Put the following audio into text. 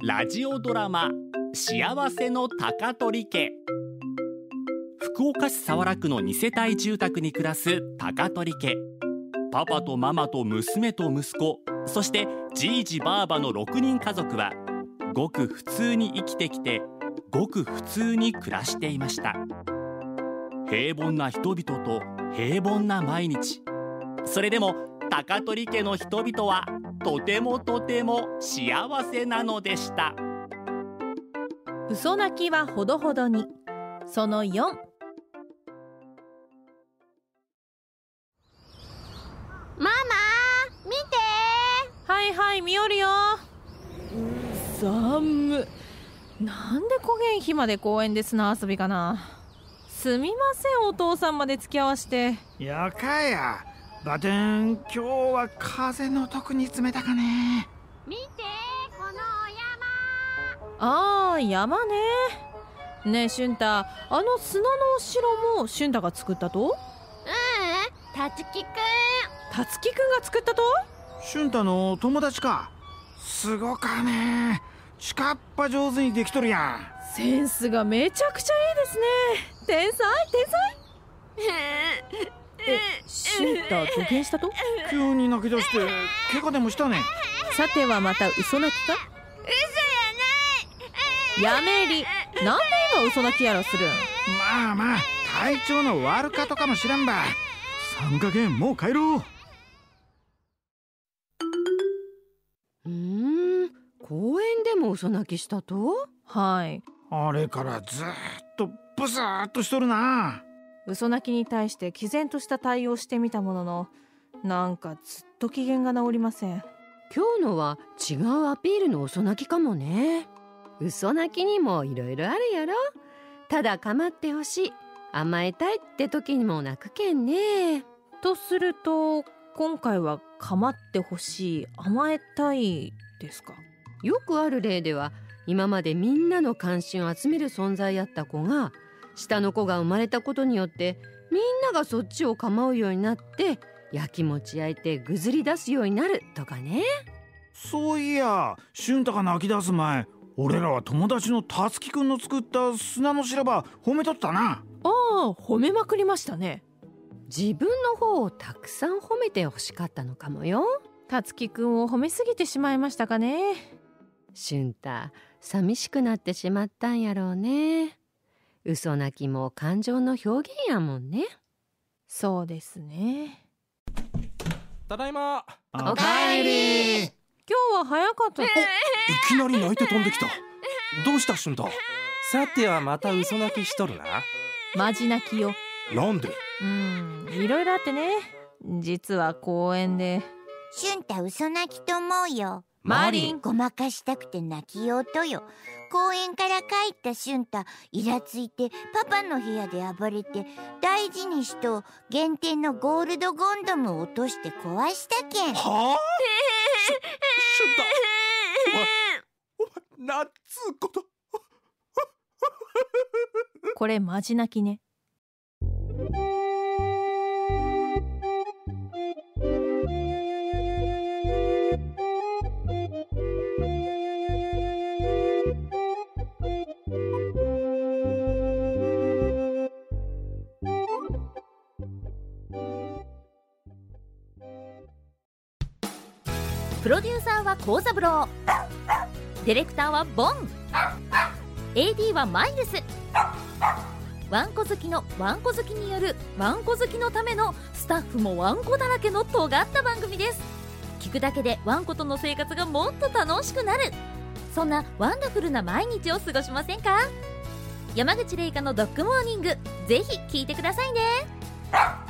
ラジオドラマ幸せの高取家。福岡市早良区の2世帯住宅に暮らす高取家。パパとママと娘と息子、そしてじいじばあばの6人家族はごく普通に生きてきて、ごく普通に暮らしていました。平凡な人々と平凡な毎日。それでも高取家の人々はとてもとても幸せなのでした。 嘘泣きはほどほどに。その4。 ママ見て。 はいはい、見よるよ。寒。なんでこげん日まで公園で砂遊びかな。すみません、お父さんまで付き合わして。 やかやバテン、今日は風の特に冷たかね。 見てこのあー、山ね。ねえ俊太、あの砂のお城も俊太が作ったと？ たつきくん。 たつきくんが作ったと？ 俊太の友達か。すごかね。近っぱ上手にできとるやん。 センスがめちゃくちゃいいですね。天才天才。俊太、助言したと？ 急に泣き出して怪我でもしたね。 さてはまた嘘泣きか？ 嘘やない。 やめり。なんで今嘘泣きやらするん？ まあまあ、体調の悪かとかも知らんば。寒かけん、もう帰ろう。 公園でも嘘泣きしたと？ はい。 あれからずっとブスーっとしとるな。 嘘泣きに対して毅然とした対応してみたものの、なんかずっと機嫌が治りません。 今日のは違うアピールの嘘泣きかもね。嘘泣きにもいろいろあるやろ。ただ構ってほしい、甘えたいって時にも泣くけんね。 とすると今回は構ってほしい、甘えたいですか？ よくある例では、今までみんなの関心を集める存在やった子が、下の子が生まれたことによってみんながそっちを構うようになって、やきもち焼いてぐずり出すようになるとかね。 そういや、俊太が泣き出す前、俺らは友達のたつきくんの作った砂の白場褒めとったな。 ああ、褒めまくりましたね。 自分の方をたくさん褒めてほしかったのかもよ。 たつきくんを褒めすぎてしまいましたかね。 俊太、寂しくなってしまったんやろうね。嘘泣きも感情の表現やもんね。 そうですね。 ただいま。 おかえり。 今日は早かった。 いきなり泣いて飛んできた。どうした俊太？さてはまた嘘泣きしとるな。 マジ泣きよ。 なんで？ いろいろあってね。実は公園で。 俊太嘘泣きと思うよ。 マーリン。 ごまかしたくて泣きようとよ。公園から帰った俊太、イラついてパパの部屋で暴れて、大事にしと限定のゴールドゴンドムを落として壊したけん。 はあ？俊太、お前なんつうこと。 これマジ泣きね。 プロデューサーは幸三郎、ディレクターはボン、 AD はマイルス。ワンコ好きのワンコ好きによるワンコ好きのためのスタッフもワンコだらけの尖った番組です。聞くだけでワンコとの生活がもっと楽しくなる、そんなワンダフルな毎日を過ごしませんか？山口玲香のドッグモーニング、ぜひ聞いてくださいね。